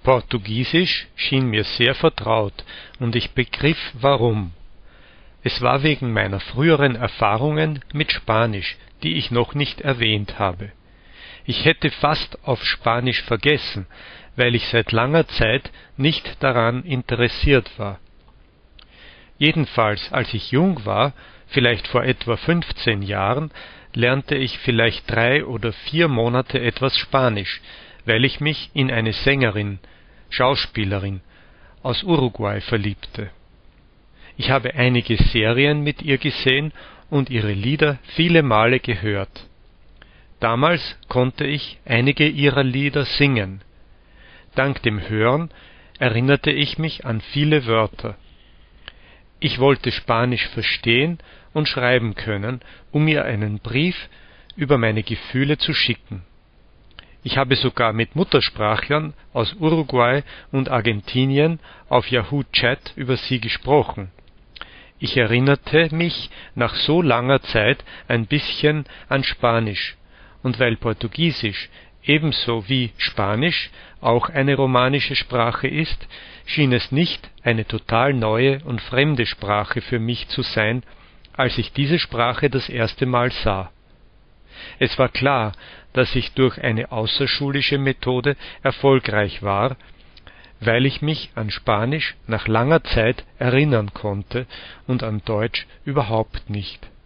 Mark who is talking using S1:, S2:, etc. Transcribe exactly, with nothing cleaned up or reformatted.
S1: Portugiesisch schien mir sehr vertraut, und ich begriff, warum. Es war wegen meiner früheren Erfahrungen mit Spanisch, die ich noch nicht erwähnt habe. Ich hätte fast auf Spanisch vergessen, weil ich seit langer Zeit nicht daran interessiert war. Jedenfalls, als ich jung war, vielleicht vor etwa fünfzehn Jahren, lernte ich vielleicht drei oder vier Monate etwas Spanisch, weil ich mich in eine Sängerin, Schauspielerin aus Uruguay verliebte. Ich habe einige Serien mit ihr gesehen und ihre Lieder viele Male gehört. Damals konnte ich einige ihrer Lieder singen. Dank dem Hören erinnerte ich mich an viele Wörter. Ich wollte Spanisch verstehen und schreiben können, um ihr einen Brief über meine Gefühle zu schicken. Ich habe sogar mit Muttersprachlern aus Uruguay und Argentinien auf Yahoo Chat über sie gesprochen. Ich erinnerte mich nach so langer Zeit ein bisschen an Spanisch, und weil Portugiesisch ebenso wie Spanisch auch eine romanische Sprache ist, schien es nicht eine total neue und fremde Sprache für mich zu sein, als ich diese Sprache das erste Mal sah. Es war klar, dass ich durch eine außerschulische Methode erfolgreich war, weil ich mich an Spanisch nach langer Zeit erinnern konnte und an Deutsch überhaupt nicht.